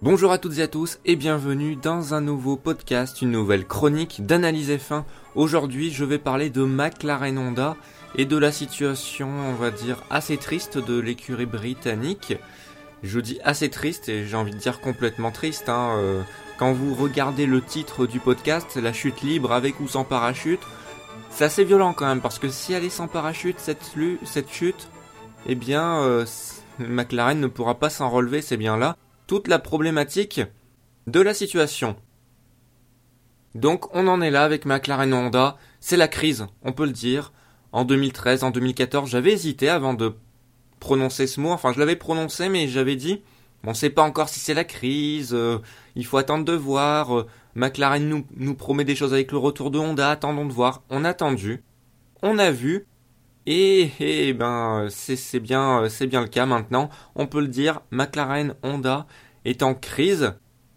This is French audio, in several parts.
Bonjour à toutes et à tous et bienvenue dans un nouveau podcast, une nouvelle chronique d'analyse F1. Aujourd'hui, je vais parler de McLaren Honda et de la situation, on va dire, assez triste de l'écurie britannique. Je dis assez triste et j'ai envie de dire complètement triste. Quand vous regardez le titre du podcast, la chute libre avec ou sans parachute, c'est assez violent quand même parce que si elle est sans parachute, cette chute, eh bien, McLaren ne pourra pas s'en relever, c'est bien là toute la problématique de la situation. Donc on en est là avec McLaren Honda, c'est la crise, on peut le dire. En 2013, en 2014, j'avais hésité avant de prononcer ce mot, enfin je l'avais prononcé mais j'avais dit, on sait pas encore si c'est la crise, il faut attendre de voir, McLaren nous promet des choses avec le retour de Honda, attendons de voir. On a attendu, on a vu, et c'est bien le cas maintenant, on peut le dire, McLaren Honda est en crise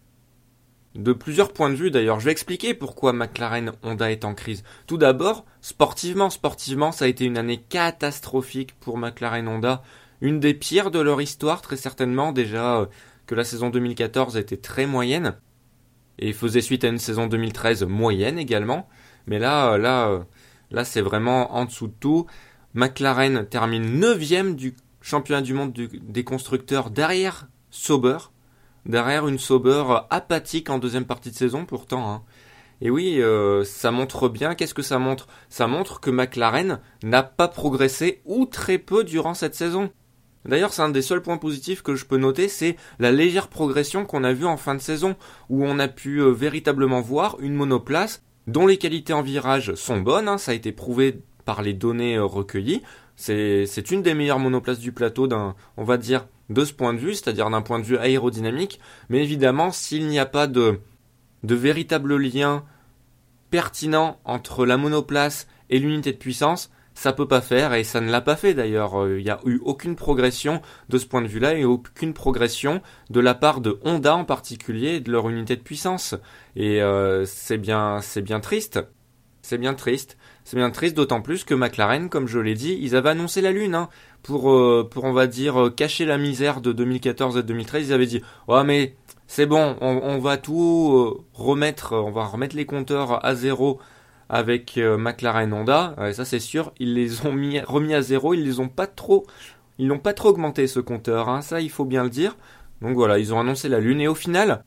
de plusieurs points de vue d'ailleurs. Je vais expliquer pourquoi McLaren Honda est en crise. Tout d'abord, sportivement, ça a été une année catastrophique pour McLaren Honda, une des pires de leur histoire très certainement, déjà que la saison 2014 était très moyenne et faisait suite à une saison 2013 moyenne également, mais là c'est vraiment en dessous de tout. McLaren termine 9ème du championnat du monde des constructeurs derrière Sauber, derrière une Sauber apathique en deuxième partie de saison pourtant. Et oui, ça montre bien, qu'est-ce que ça montre ? Ça montre que McLaren n'a pas progressé ou très peu durant cette saison. D'ailleurs, c'est un des seuls points positifs que je peux noter, c'est la légère progression qu'on a vue en fin de saison, où on a pu véritablement voir une monoplace dont les qualités en virage sont bonnes, ça a été prouvé par les données recueillies. C'est une des meilleures monoplaces du plateau on va dire, de ce point de vue, c'est-à-dire d'un point de vue aérodynamique. Mais évidemment, s'il n'y a pas de véritable lien pertinent entre la monoplace et l'unité de puissance, ça peut pas faire, et ça ne l'a pas fait d'ailleurs. Il n'y a eu aucune progression de ce point de vue-là, et aucune progression de la part de Honda en particulier, et de leur unité de puissance. Et c'est bien triste. C'est bien triste, d'autant plus que McLaren, comme je l'ai dit, ils avaient annoncé la Lune, pour on va dire, cacher la misère de 2014 et 2013. Ils avaient dit, ouais mais c'est bon, on va tout remettre, on va remettre les compteurs à zéro avec McLaren Honda. Ça c'est sûr, ils les ont remis à zéro, ils n'ont pas trop augmenté ce compteur, ça il faut bien le dire. Donc voilà, ils ont annoncé la Lune, et au final,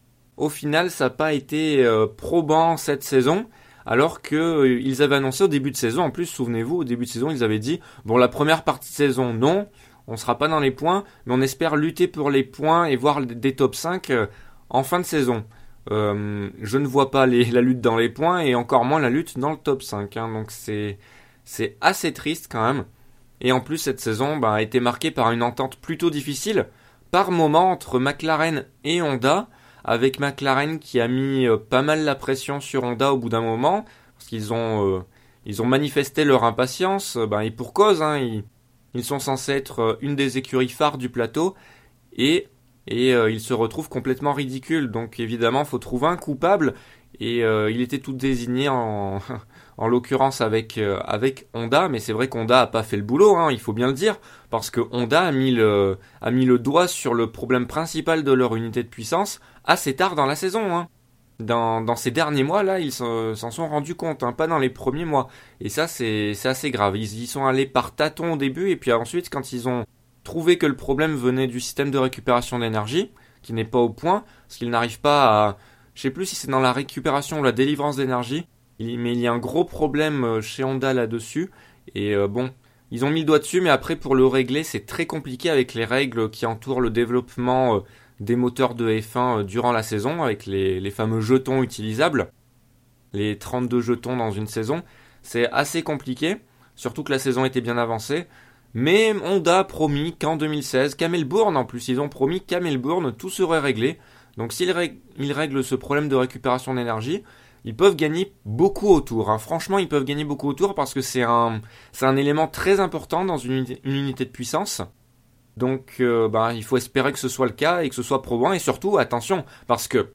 ça n'a pas été probant cette saison. Alors que ils avaient annoncé au début de saison, en plus, souvenez-vous, au début de saison, ils avaient dit, bon, la première partie de saison, non, on sera pas dans les points, mais on espère lutter pour les points et voir des top 5 en fin de saison. Je ne vois pas la lutte dans les points, et encore moins la lutte dans le top 5, donc c'est assez triste quand même. Et en plus, cette saison a été marquée par une entente plutôt difficile, par moment, entre McLaren et Honda, avec McLaren qui a mis pas mal la pression sur Honda au bout d'un moment, parce qu'ils ont manifesté leur impatience, et pour cause, ils sont censés être une des écuries phares du plateau, et ils se retrouvent complètement ridicules. Donc évidemment, faut trouver un coupable, et il était tout désigné en l'occurrence avec Honda, mais c'est vrai qu'Honda a pas fait le boulot, il faut bien le dire, parce que Honda a mis le doigt sur le problème principal de leur unité de puissance assez tard dans la saison. Dans ces derniers mois là, ils s'en sont rendus compte, pas dans les premiers mois. Et ça c'est assez grave. Ils y sont allés par tâtons au début, et puis ensuite quand ils ont trouvé que le problème venait du système de récupération d'énergie, qui n'est pas au point, parce qu'ils n'arrivent pas à, je sais plus si c'est dans la récupération ou la délivrance d'énergie, mais il y a un gros problème chez Honda là-dessus, et ils ont mis le doigt dessus, mais après pour le régler c'est très compliqué avec les règles qui entourent le développement des moteurs de F1 durant la saison, avec les fameux jetons utilisables, les 32 jetons dans une saison. C'est assez compliqué, surtout que la saison était bien avancée, mais Honda a promis qu'en 2016, qu'à Melbourne en plus, ils ont promis qu'à Melbourne tout serait réglé. Donc s'ils règlent ce problème de récupération d'énergie, ils peuvent gagner beaucoup au tour. Franchement, ils peuvent gagner beaucoup au tour, parce que c'est un élément très important dans une unité de puissance. Donc il faut espérer que ce soit le cas et que ce soit probant. Et surtout, attention, parce que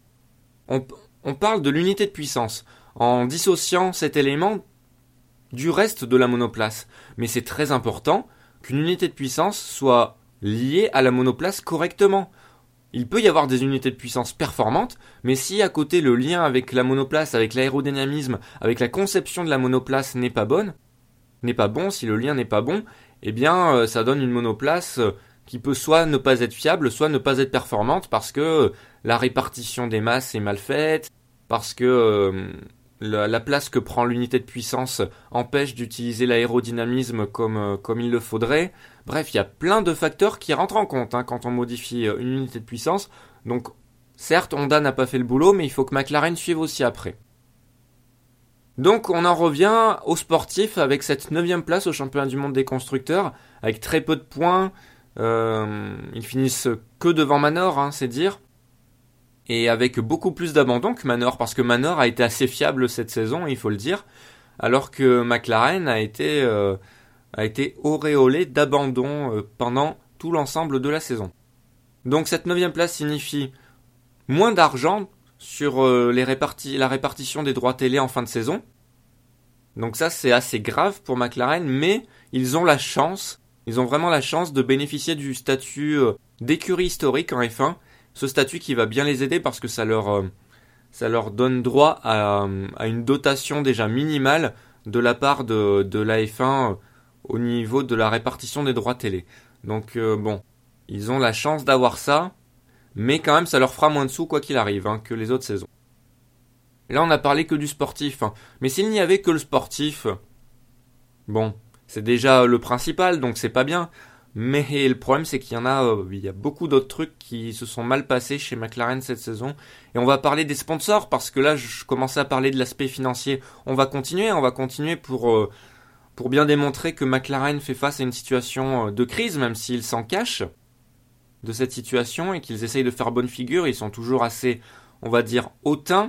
on parle de l'unité de puissance en dissociant cet élément du reste de la monoplace. Mais c'est très important qu'une unité de puissance soit liée à la monoplace correctement. il peut y avoir des unités de puissance performantes, mais si à côté le lien avec la monoplace, avec l'aérodynamisme, avec la conception de la monoplace n'est pas bon, si le lien n'est pas bon, eh bien ça donne une monoplace qui peut soit ne pas être fiable, soit ne pas être performante parce que la répartition des masses est mal faite, parce que la place que prend l'unité de puissance empêche d'utiliser l'aérodynamisme comme il le faudrait. Bref, il y a plein de facteurs qui rentrent en compte quand on modifie une unité de puissance. Donc, certes, Honda n'a pas fait le boulot, mais il faut que McLaren suive aussi après. Donc, on en revient aux sportifs avec cette 9e place au championnat du monde des constructeurs, avec très peu de points. Ils finissent que devant Manor, c'est dire. Et avec beaucoup plus d'abandon que Manor, parce que Manor a été assez fiable cette saison, il faut le dire, alors que McLaren a été auréolé d'abandon pendant tout l'ensemble de la saison. Donc cette 9e place signifie moins d'argent sur la répartition des droits télé en fin de saison. Donc ça c'est assez grave pour McLaren, mais ils ont vraiment la chance de bénéficier du statut d'écurie historique en F1, ce statut qui va bien les aider parce que ça leur donne droit à une dotation déjà minimale de la part de la F1 au niveau de la répartition des droits télé. Donc ils ont la chance d'avoir ça, mais quand même ça leur fera moins de sous quoi qu'il arrive que les autres saisons. Là on a parlé que du sportif, mais s'il n'y avait que le sportif, c'est déjà le principal, donc c'est pas bien. Mais le problème c'est qu'il y a beaucoup d'autres trucs qui se sont mal passés chez McLaren cette saison. Et on va parler des sponsors parce que là je commençais à parler de l'aspect financier. On va continuer pour bien démontrer que McLaren fait face à une situation de crise, même s'ils s'en cachent de cette situation et qu'ils essayent de faire bonne figure. Ils sont toujours assez, on va dire, hautains.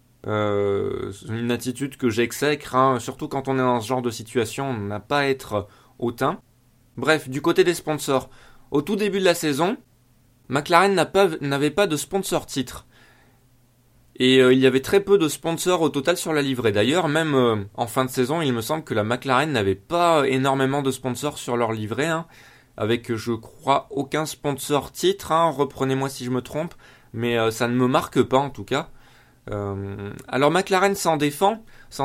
Une attitude que j'exècre, surtout quand on est dans ce genre de situation, on n'a pas à être hautain. Bref, du côté des sponsors, au tout début de la saison, McLaren n'avait pas de sponsor titre. Et il y avait très peu de sponsors au total sur la livrée. D'ailleurs, même en fin de saison, il me semble que la McLaren n'avait pas énormément de sponsors sur leur livrée, avec, je crois, aucun sponsor titre, reprenez-moi si je me trompe, mais ça ne me marque pas en tout cas. Alors McLaren s'en défend,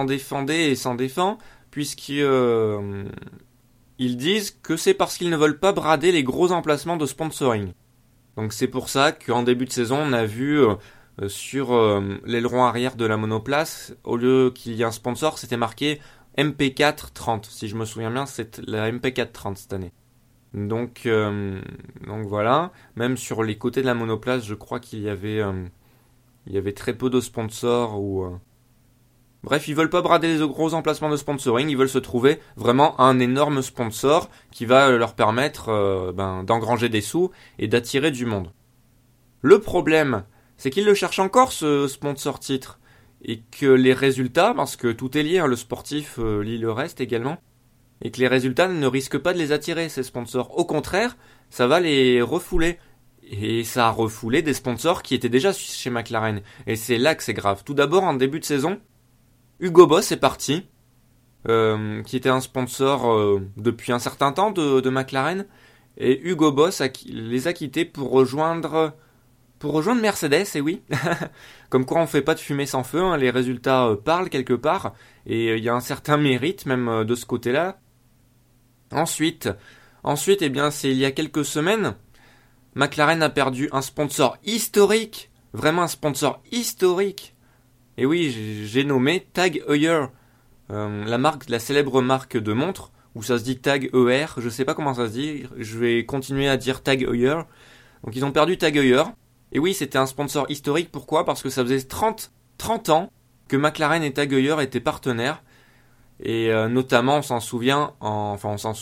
puisqu'ils disent que c'est parce qu'ils ne veulent pas brader les gros emplacements de sponsoring. Donc c'est pour ça qu'en début de saison, on a vu sur l'aileron arrière de la monoplace, au lieu qu'il y ait un sponsor, c'était marqué MP430. Si je me souviens bien, c'est la MP430 cette année. Donc voilà. Même sur les côtés de la monoplace, je crois qu'il y avait très peu de sponsors Bref, ils veulent pas brader les gros emplacements de sponsoring, ils veulent se trouver vraiment un énorme sponsor qui va leur permettre d'engranger des sous et d'attirer du monde. Le problème, c'est qu'ils le cherchent encore ce sponsor titre et que les résultats, parce que tout est lié, le sportif lie le reste également, et que les résultats ne risquent pas de les attirer ces sponsors. Au contraire, ça va les refouler. Et ça a refoulé des sponsors qui étaient déjà chez McLaren. Et c'est là que c'est grave. Tout d'abord, en début de saison, Hugo Boss est parti, qui était un sponsor depuis un certain temps de McLaren, et Hugo Boss les a quittés pour rejoindre Mercedes, et oui, comme quoi on fait pas de fumée sans feu, les résultats parlent quelque part, et il y a un certain mérite même de ce côté-là. Ensuite, c'est il y a quelques semaines, McLaren a perdu un sponsor historique, vraiment un sponsor historique. Et oui, j'ai nommé Tag Heuer, la célèbre marque de montres, où ça se dit Tag Heuer, je sais pas comment ça se dit, je vais continuer à dire Tag Heuer. Donc ils ont perdu Tag Heuer, et oui, c'était un sponsor historique, pourquoi ? Parce que ça faisait 30 ans que McLaren et Tag Heuer étaient partenaires, et notamment on s'en souvient, en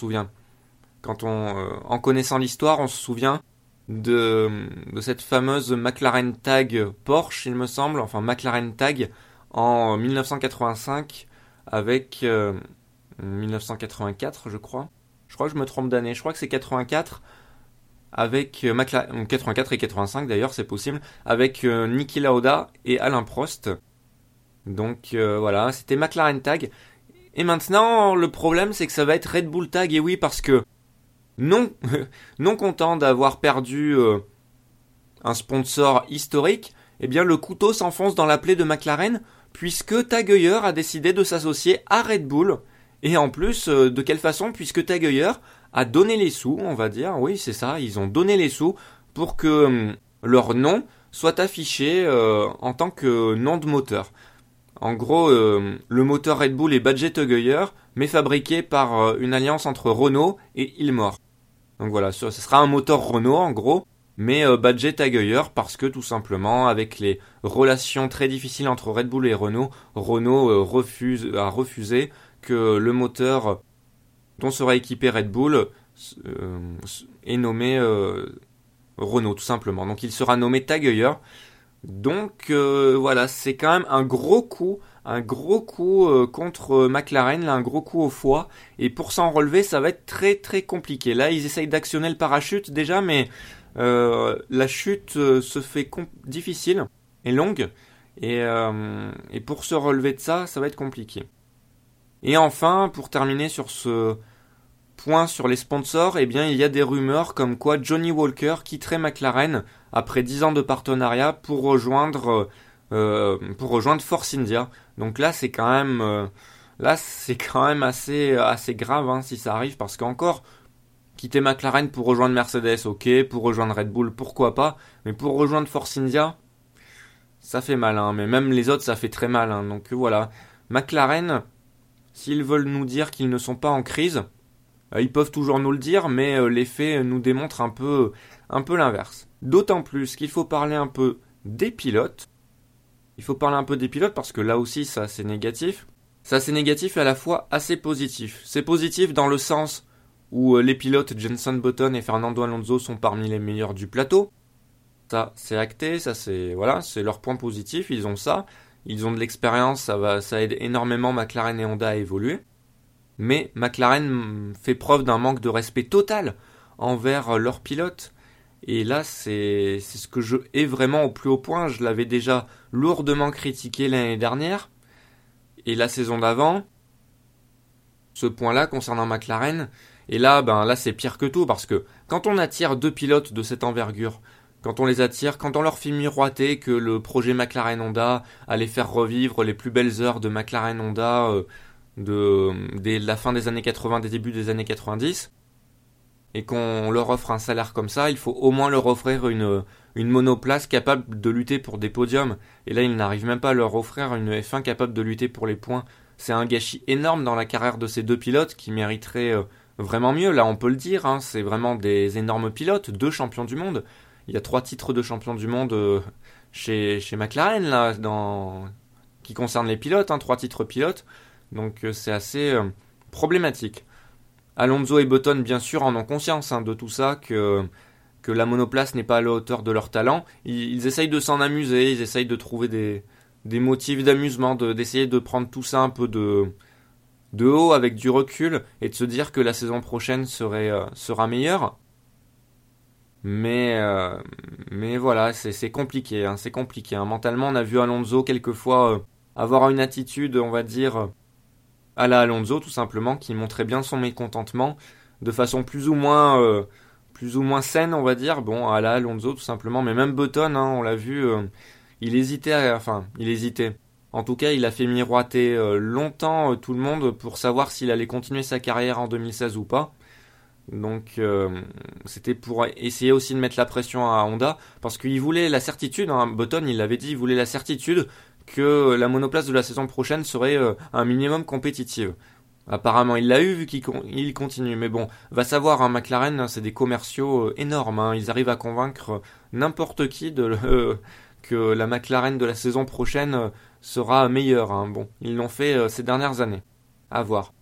connaissant l'histoire, on se souvient de cette fameuse McLaren Tag Porsche, il me semble, McLaren Tag en 1985 avec 1984, je crois. Je crois que je me trompe d'année. Je crois que c'est 84 avec 84 et 85 d'ailleurs, c'est possible, avec Niki Lauda et Alain Prost. Donc voilà, c'était McLaren Tag. Et maintenant, le problème, c'est que ça va être Red Bull Tag. Et oui, parce que non content d'avoir perdu un sponsor historique, eh bien le couteau s'enfonce dans la plaie de McLaren puisque Tag Heuer a décidé de s'associer à Red Bull. Et en plus, de quelle façon? Puisque Tag Heuer a donné les sous, on va dire, oui c'est ça, ils ont donné les sous pour que leur nom soit affiché en tant que nom de moteur. En gros, le moteur Red Bull est badgé Tag Heuer, mais fabriqué par une alliance entre Renault et Ilmor. Donc voilà, ce sera un moteur Renault en gros, mais badgé Tag Heuer parce que tout simplement, avec les relations très difficiles entre Red Bull et Renault, Renault a refusé que le moteur dont sera équipé Red Bull est nommé Renault tout simplement. Donc il sera nommé Tag Heuer. Donc voilà, c'est quand même un gros coup contre McLaren, là, un gros coup au foie. Et pour s'en relever, ça va être très très compliqué. Là, ils essayent d'actionner le parachute déjà, mais la chute se fait difficile et longue. Et pour se relever de ça, ça va être compliqué. Et enfin, pour terminer sur ce point sur les sponsors, eh bien, il y a des rumeurs comme quoi Johnny Walker quitterait McLaren après 10 ans de partenariat pour rejoindre Force India. Donc là, c'est quand même assez grave hein, si ça arrive parce qu'encore quitter McLaren pour rejoindre Mercedes, ok, pour rejoindre Red Bull, pourquoi pas, mais pour rejoindre Force India, ça fait mal, hein, mais même les autres, ça fait très mal. Hein, donc voilà, McLaren, s'ils veulent nous dire qu'ils ne sont pas en crise, ils peuvent toujours nous le dire, mais les faits nous démontrent un peu l'inverse. D'autant plus qu'il faut parler un peu des pilotes. Il faut parler un peu des pilotes parce que là aussi, ça c'est négatif. Ça c'est négatif et à la fois assez positif. C'est positif dans le sens où les pilotes Jenson Button et Fernando Alonso sont parmi les meilleurs du plateau. Ça c'est acté, ça c'est leur point positif, ils ont ça. Ils ont de l'expérience, ça aide énormément McLaren et Honda à évoluer. Mais McLaren fait preuve d'un manque de respect total envers leurs pilotes. Et là, c'est ce que je hais vraiment au plus haut point. Je l'avais déjà lourdement critiqué l'année dernière et la saison d'avant. Ce point-là concernant McLaren. Et là, là c'est pire que tout parce que quand on attire deux pilotes de cette envergure, quand on les attire, quand on leur fait miroiter que le projet McLaren Honda allait faire revivre les plus belles heures de McLaren Honda dès la fin des années 80, des débuts des années 90, et qu'on leur offre un salaire comme ça, il faut au moins leur offrir une monoplace capable de lutter pour des podiums. Et là, ils n'arrivent même pas à leur offrir une F1 capable de lutter pour les points. C'est un gâchis énorme dans la carrière de ces deux pilotes qui mériteraient vraiment mieux. Là, on peut le dire, hein, c'est vraiment des énormes pilotes, 2 champions du monde. Il y a 3 titres de champion du monde chez McLaren, là, qui concernent les pilotes, 3 titres pilotes. Donc c'est assez problématique. Alonso et Button, bien sûr, en ont conscience de tout ça, que la monoplace n'est pas à la hauteur de leur talent. Ils essayent de s'en amuser, ils essayent de trouver des motifs d'amusement, d'essayer de prendre tout ça un peu de haut avec du recul et de se dire que la saison prochaine sera meilleure. Mais voilà, c'est compliqué, c'est compliqué. Mentalement, on a vu Alonso quelquefois avoir une attitude, on va dire, à la Alonso, tout simplement, qui montrait bien son mécontentement de façon plus ou moins saine, on va dire. Bon, à la Alonso, tout simplement. Mais même Button, on l'a vu, il hésitait. En tout cas, il a fait miroiter longtemps tout le monde pour savoir s'il allait continuer sa carrière en 2016 ou pas. Donc c'était pour essayer aussi de mettre la pression à Honda parce qu'il voulait la certitude, Button il l'avait dit, il voulait la certitude que la monoplace de la saison prochaine serait un minimum compétitive. Apparemment il l'a eu vu qu'il continue, mais bon, va savoir, McLaren c'est des commerciaux énormes, ils arrivent à convaincre n'importe qui que la McLaren de la saison prochaine sera meilleure. Bon, ils l'ont fait ces dernières années. À voir.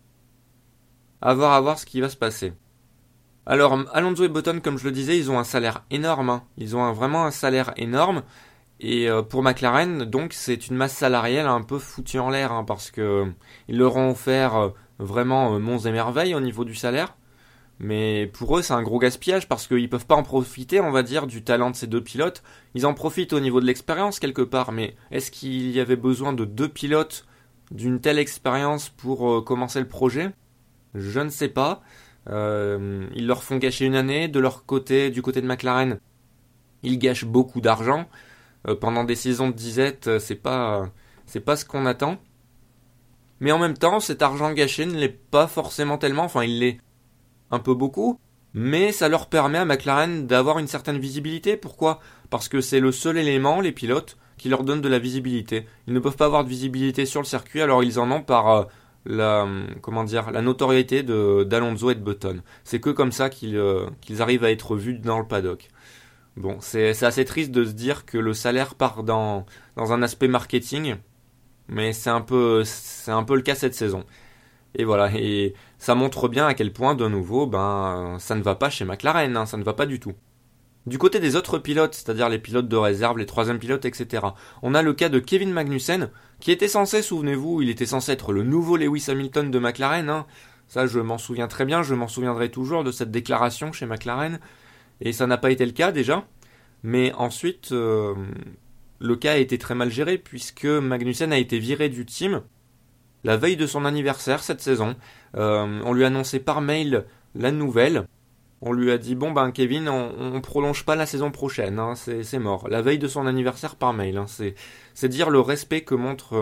À voir ce qui va se passer. Alors, Alonso et Button, comme je le disais, ils ont un salaire énorme. Ils ont vraiment un salaire énorme. Et pour McLaren, donc, c'est une masse salariale un peu foutue en l'air, parce que ils leur ont offert vraiment monts et merveilles au niveau du salaire. Mais pour eux, c'est un gros gaspillage parce qu'ils peuvent pas en profiter, on va dire, du talent de ces deux pilotes. Ils en profitent au niveau de l'expérience quelque part, mais est-ce qu'il y avait besoin de 2 pilotes d'une telle expérience pour commencer le projet ? Je ne sais pas. Ils leur font gâcher une année. De leur côté, du côté de McLaren, Il gâche beaucoup d'argent. Pendant des saisons de disette, c'est pas ce qu'on attend. Mais en même temps, cet argent gâché ne l'est pas forcément tellement, enfin il l'est un peu beaucoup, mais ça leur permet à McLaren d'avoir une certaine visibilité. Pourquoi ? Parce que c'est le seul élément, les pilotes, qui leur donne de la visibilité. Ils ne peuvent pas avoir de visibilité sur le circuit, alors ils en ont par la notoriété d'Alonso et de Button. C'est que comme ça qu'ils arrivent à être vus dans le paddock. Bon, c'est assez triste de se dire que le salaire part dans un aspect marketing, mais c'est un peu le cas cette saison. Et voilà, et ça montre bien à quel point, de nouveau, ça ne va pas chez McLaren, hein, ça ne va pas du tout. Du côté des autres pilotes, c'est-à-dire les pilotes de réserve, les troisième pilotes, etc., on a le cas de Kevin Magnussen, qui était censé, souvenez-vous, il était censé être le nouveau Lewis Hamilton de McLaren, hein. Ça je m'en souviens très bien, je m'en souviendrai toujours de cette déclaration chez McLaren, et ça n'a pas été le cas déjà, mais ensuite, le cas a été très mal géré, puisque Magnussen a été viré du team, la veille de son anniversaire cette saison. On lui a annoncé par mail la nouvelle. On lui a dit Kevin, on prolonge pas la saison prochaine, hein, c'est mort. La veille de son anniversaire par mail, hein, c'est dire le respect que montre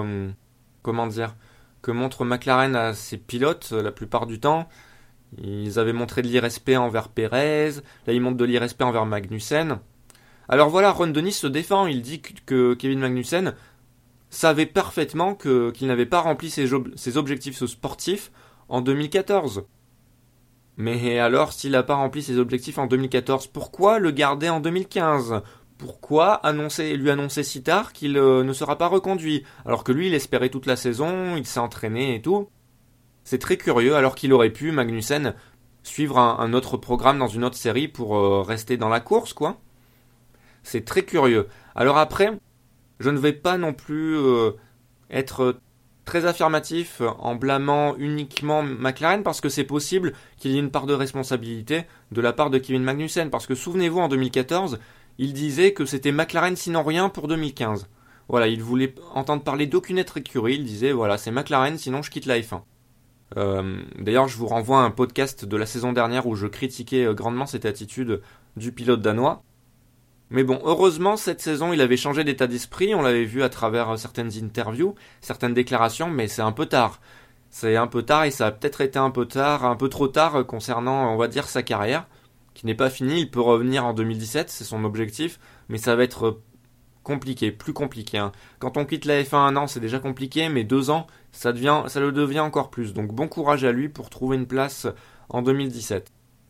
que montre McLaren à ses pilotes la plupart du temps. Ils avaient montré de l'irrespect envers Perez, là ils montrent de l'irrespect envers Magnussen. Alors voilà, Ron Dennis se défend, il dit que Kevin Magnussen savait parfaitement qu'il n'avait pas rempli ses objectifs lui en 2014. Mais alors, s'il n'a pas rempli ses objectifs en 2014, pourquoi le garder en 2015 ? Pourquoi lui annoncer si tard qu'il ne sera pas reconduit ? Alors que lui, il espérait toute la saison, il s'est entraîné et tout. C'est très curieux, alors qu'il aurait pu, Magnussen, suivre un autre programme dans une autre série pour rester dans la course, quoi. C'est très curieux. Alors après, je ne vais pas non plus être très affirmatif en blâmant uniquement McLaren, parce que c'est possible qu'il y ait une part de responsabilité de la part de Kevin Magnussen, parce que souvenez-vous, en 2014, il disait que c'était McLaren sinon rien pour 2015. Voilà, il voulait entendre parler d'aucune autre écurie, il disait voilà, c'est McLaren sinon je quitte la F1. D'ailleurs, je vous renvoie à un podcast de la saison dernière où je critiquais grandement cette attitude du pilote danois. Mais bon, heureusement, cette saison, il avait changé d'état d'esprit, on l'avait vu à travers certaines interviews, certaines déclarations, mais c'est un peu tard. C'est un peu tard et ça a peut-être été un peu trop tard concernant, on va dire, sa carrière, qui n'est pas finie, il peut revenir en 2017, c'est son objectif, mais ça va être compliqué, plus compliqué. Hein. Quand on quitte la F1 un an, c'est déjà compliqué, mais 2 ans, ça le devient encore plus. Donc bon courage à lui pour trouver une place en 2017.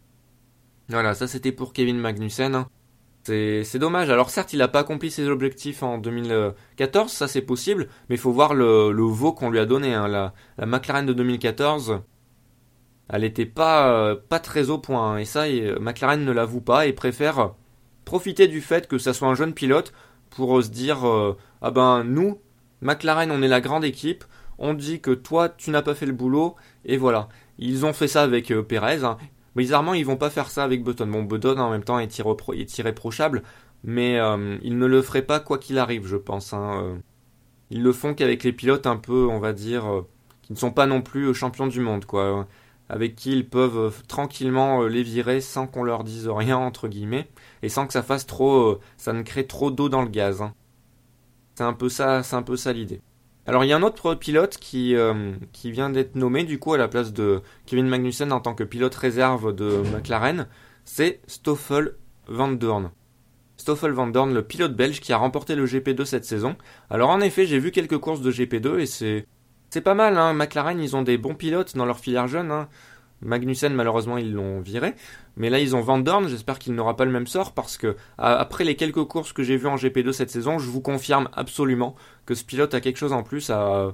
Voilà, ça c'était pour Kevin Magnussen, hein. C'est dommage. Alors certes, il n'a pas accompli ses objectifs en 2014, ça c'est possible, mais il faut voir le veau qu'on lui a donné. Hein. La McLaren de 2014, elle n'était pas très au point. Hein. Et ça, McLaren ne l'avoue pas et préfère profiter du fait que ça soit un jeune pilote pour se dire nous, McLaren, on est la grande équipe, on dit que toi, tu n'as pas fait le boulot, et voilà. Ils ont fait ça avec Perez, hein. Bizarrement, ils vont pas faire ça avec Button. Bon, Button en même temps est irréprochable, mais ils ne le feraient pas quoi qu'il arrive, je pense. Hein. Ils le font qu'avec les pilotes un peu, on va dire, qui ne sont pas non plus champions du monde, quoi. Avec qui ils peuvent tranquillement les virer sans qu'on leur dise rien, entre guillemets, et sans que ça fasse ça ne crée trop d'eau dans le gaz. Hein. C'est un peu ça l'idée. Alors il y a un autre pilote qui vient d'être nommé du coup à la place de Kevin Magnussen en tant que pilote réserve de McLaren, c'est Stoffel Vandoorne. Stoffel Vandoorne, le pilote belge qui a remporté le GP2 cette saison. Alors en effet, j'ai vu quelques courses de GP2 et c'est pas mal, hein. McLaren, ils ont des bons pilotes dans leur filière jeune, hein. Magnussen, malheureusement, ils l'ont viré. Mais là, ils ont Vandoorne. J'espère qu'il n'aura pas le même sort parce que, après les quelques courses que j'ai vues en GP2 cette saison, je vous confirme absolument que ce pilote a quelque chose en plus,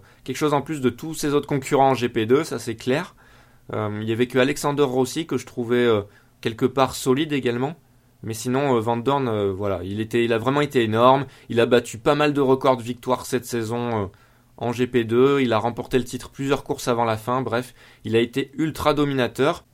de tous ses autres concurrents en GP2, ça c'est clair. Il y avait que Alexander Rossi que je trouvais quelque part solide également. Mais sinon, Vandoorne, voilà, il a vraiment été énorme. Il a battu pas mal de records de victoires cette saison en GP2, il a remporté le titre plusieurs courses avant la fin, bref, il a été ultra dominateur.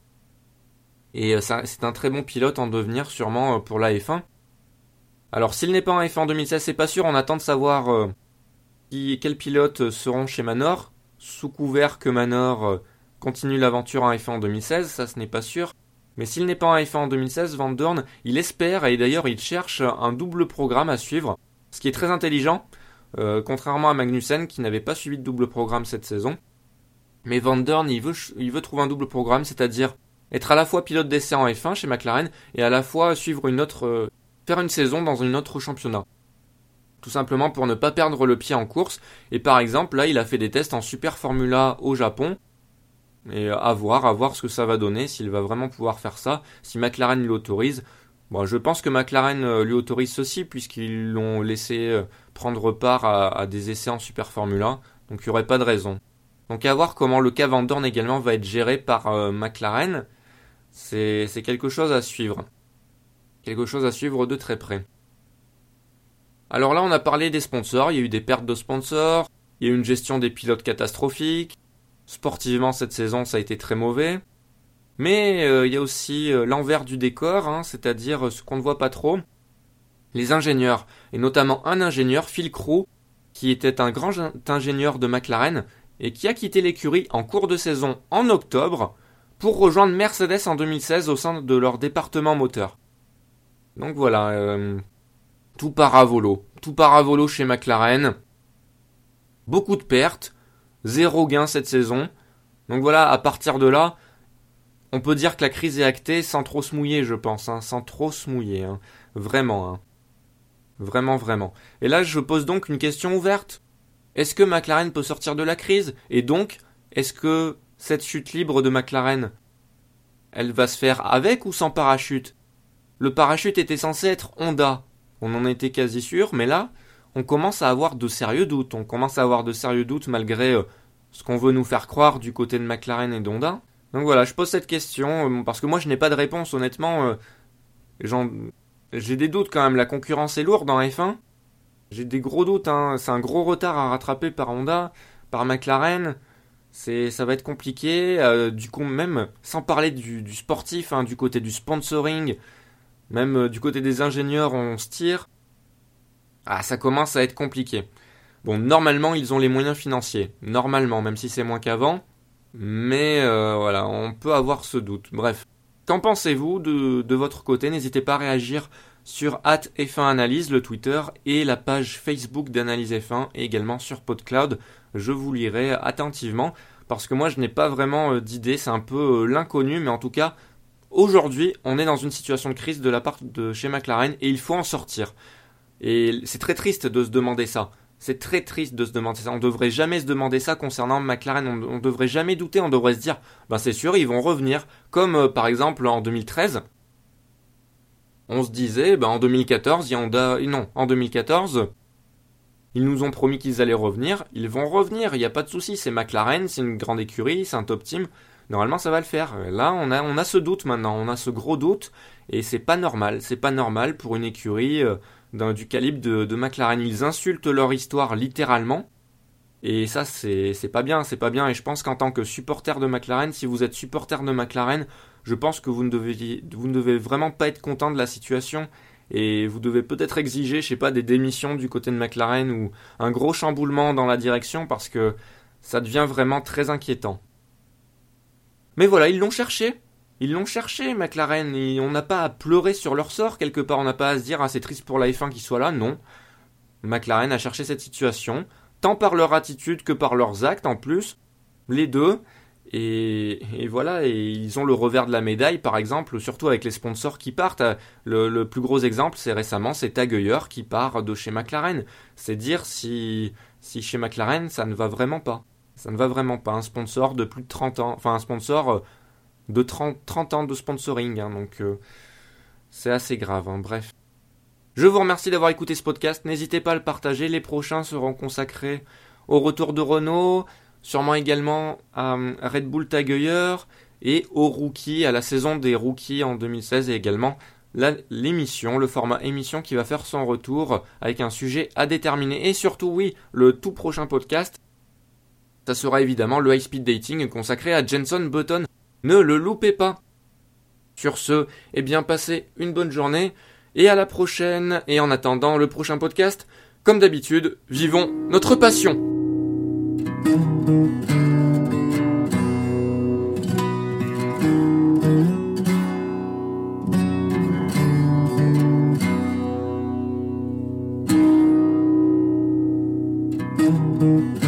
Et c'est un très bon pilote en devenir sûrement pour la F1. Alors s'il n'est pas en F1 en 2016, c'est pas sûr, on attend de savoir quels pilotes seront chez Manor, sous couvert que Manor continue l'aventure en F1 en 2016, ça ce n'est pas sûr. Mais s'il n'est pas en F1 en 2016, Vandoorne, il espère, et d'ailleurs il cherche un double programme à suivre, ce qui est très intelligent, contrairement à Magnussen qui n'avait pas suivi de double programme cette saison. Mais Vandoorne, il veut trouver un double programme, c'est-à-dire être à la fois pilote d'essai en F1 chez McLaren et à la fois suivre faire une saison dans un autre championnat. Tout simplement pour ne pas perdre le pied en course. Et par exemple, là, il a fait des tests en Super Formula au Japon. Et à voir ce que ça va donner, s'il va vraiment pouvoir faire ça, si McLaren l'autorise. Bon, je pense que McLaren lui autorise ceci, puisqu'ils l'ont laissé prendre part à des essais en Super Formula. Donc il n'y aurait pas de raison. Donc à voir comment le cas Vandoorne également va être géré par McLaren. C'est quelque chose à suivre. Quelque chose à suivre de très près. Alors là, on a parlé des sponsors. Il y a eu des pertes de sponsors. Il y a eu une gestion des pilotes catastrophique. Sportivement, cette saison, ça a été très mauvais. Mais il y a aussi l'envers du décor, c'est-à-dire ce qu'on ne voit pas trop. Les ingénieurs, et notamment un ingénieur, Phil Crew, qui était un grand ingénieur de McLaren, et qui a quitté l'écurie en cours de saison en octobre, pour rejoindre Mercedes en 2016 au sein de leur département moteur. Donc voilà, tout part à volo. Tout part à volo chez McLaren. Beaucoup de pertes. 0 gain cette saison. Donc voilà, à partir de là, on peut dire que la crise est actée sans trop se mouiller, je pense. Sans trop se mouiller. Vraiment. Vraiment. Et là, je pose donc une question ouverte. Est-ce que McLaren peut sortir de la crise ? Et donc, est-ce que cette chute libre de McLaren, elle va se faire avec ou sans parachute ? Le parachute était censé être Honda. On en était quasi sûr, mais là, on commence à avoir de sérieux doutes. On commence à avoir de sérieux doutes malgré ce qu'on veut nous faire croire du côté de McLaren et d'Honda. Donc voilà, je pose cette question parce que moi je n'ai pas de réponse, honnêtement. J'ai des doutes quand même. La concurrence est lourde en F1. J'ai des gros doutes. C'est un gros retard à rattraper par Honda, par McLaren. Ça va être compliqué. Du coup, même sans parler du sportif, du côté du sponsoring, même du côté des ingénieurs, on se tire. Ça commence à être compliqué. Bon, normalement, ils ont les moyens financiers. Normalement, même si c'est moins qu'avant. Mais voilà, on peut avoir ce doute. Bref. Qu'en pensez-vous de votre côté ? N'hésitez pas à réagir sur @F1Analyse, le Twitter, et la page Facebook d'Analyse F1, et également sur PodCloud. Je vous lirai attentivement, parce que moi, je n'ai pas vraiment d'idée. C'est un peu l'inconnu, mais en tout cas, aujourd'hui, on est dans une situation de crise de la part de chez McLaren, et il faut en sortir. Et c'est très triste de se demander ça. C'est très triste de se demander ça. On devrait jamais se demander ça concernant McLaren. On devrait jamais douter. On devrait se dire, c'est sûr, ils vont revenir. Comme par exemple en 2013. On se disait, en 2014, en 2014, ils nous ont promis qu'ils allaient revenir. Ils vont revenir. Il n'y a pas de souci. C'est McLaren, c'est une grande écurie, c'est un top team. Normalement, ça va le faire. Là, on a ce doute maintenant. On a ce gros doute. Et c'est pas normal. C'est pas normal pour une écurie du calibre de McLaren. Ils insultent leur histoire littéralement. Et ça, c'est pas bien. C'est pas bien. Et je pense qu'en tant que supporter de McLaren, si vous êtes supporter de McLaren, je pense que vous ne devez vraiment pas être content de la situation. Et vous devez peut-être exiger, des démissions du côté de McLaren ou un gros chamboulement dans la direction parce que ça devient vraiment très inquiétant. Mais voilà, ils l'ont cherché. Ils l'ont cherché, McLaren, et on n'a pas à pleurer sur leur sort quelque part, on n'a pas à se dire c'est triste pour la F1 qu'ils soient là, non. McLaren a cherché cette situation, tant par leur attitude que par leurs actes en plus, les deux, et voilà, et ils ont le revers de la médaille par exemple, surtout avec les sponsors qui partent. Le plus gros exemple, c'est Tag Heuer qui part de chez McLaren. C'est dire si chez McLaren ça ne va vraiment pas. Ça ne va vraiment pas, un sponsor de plus de 30 ans, un sponsor de 30 ans de sponsoring, donc c'est assez grave, bref. Je vous remercie d'avoir écouté ce podcast, n'hésitez pas à le partager, les prochains seront consacrés au retour de Renault, sûrement également à Red Bull Tag Heuer, et aux rookies, à la saison des rookies en 2016, et également l'émission, le format émission qui va faire son retour avec un sujet à déterminer, et surtout oui, le tout prochain podcast, ça sera évidemment le High Speed Dating consacré à Jenson Button. Ne le loupez pas. Sur ce, passez une bonne journée et à la prochaine. Et en attendant le prochain podcast, comme d'habitude, vivons notre passion. Thank you.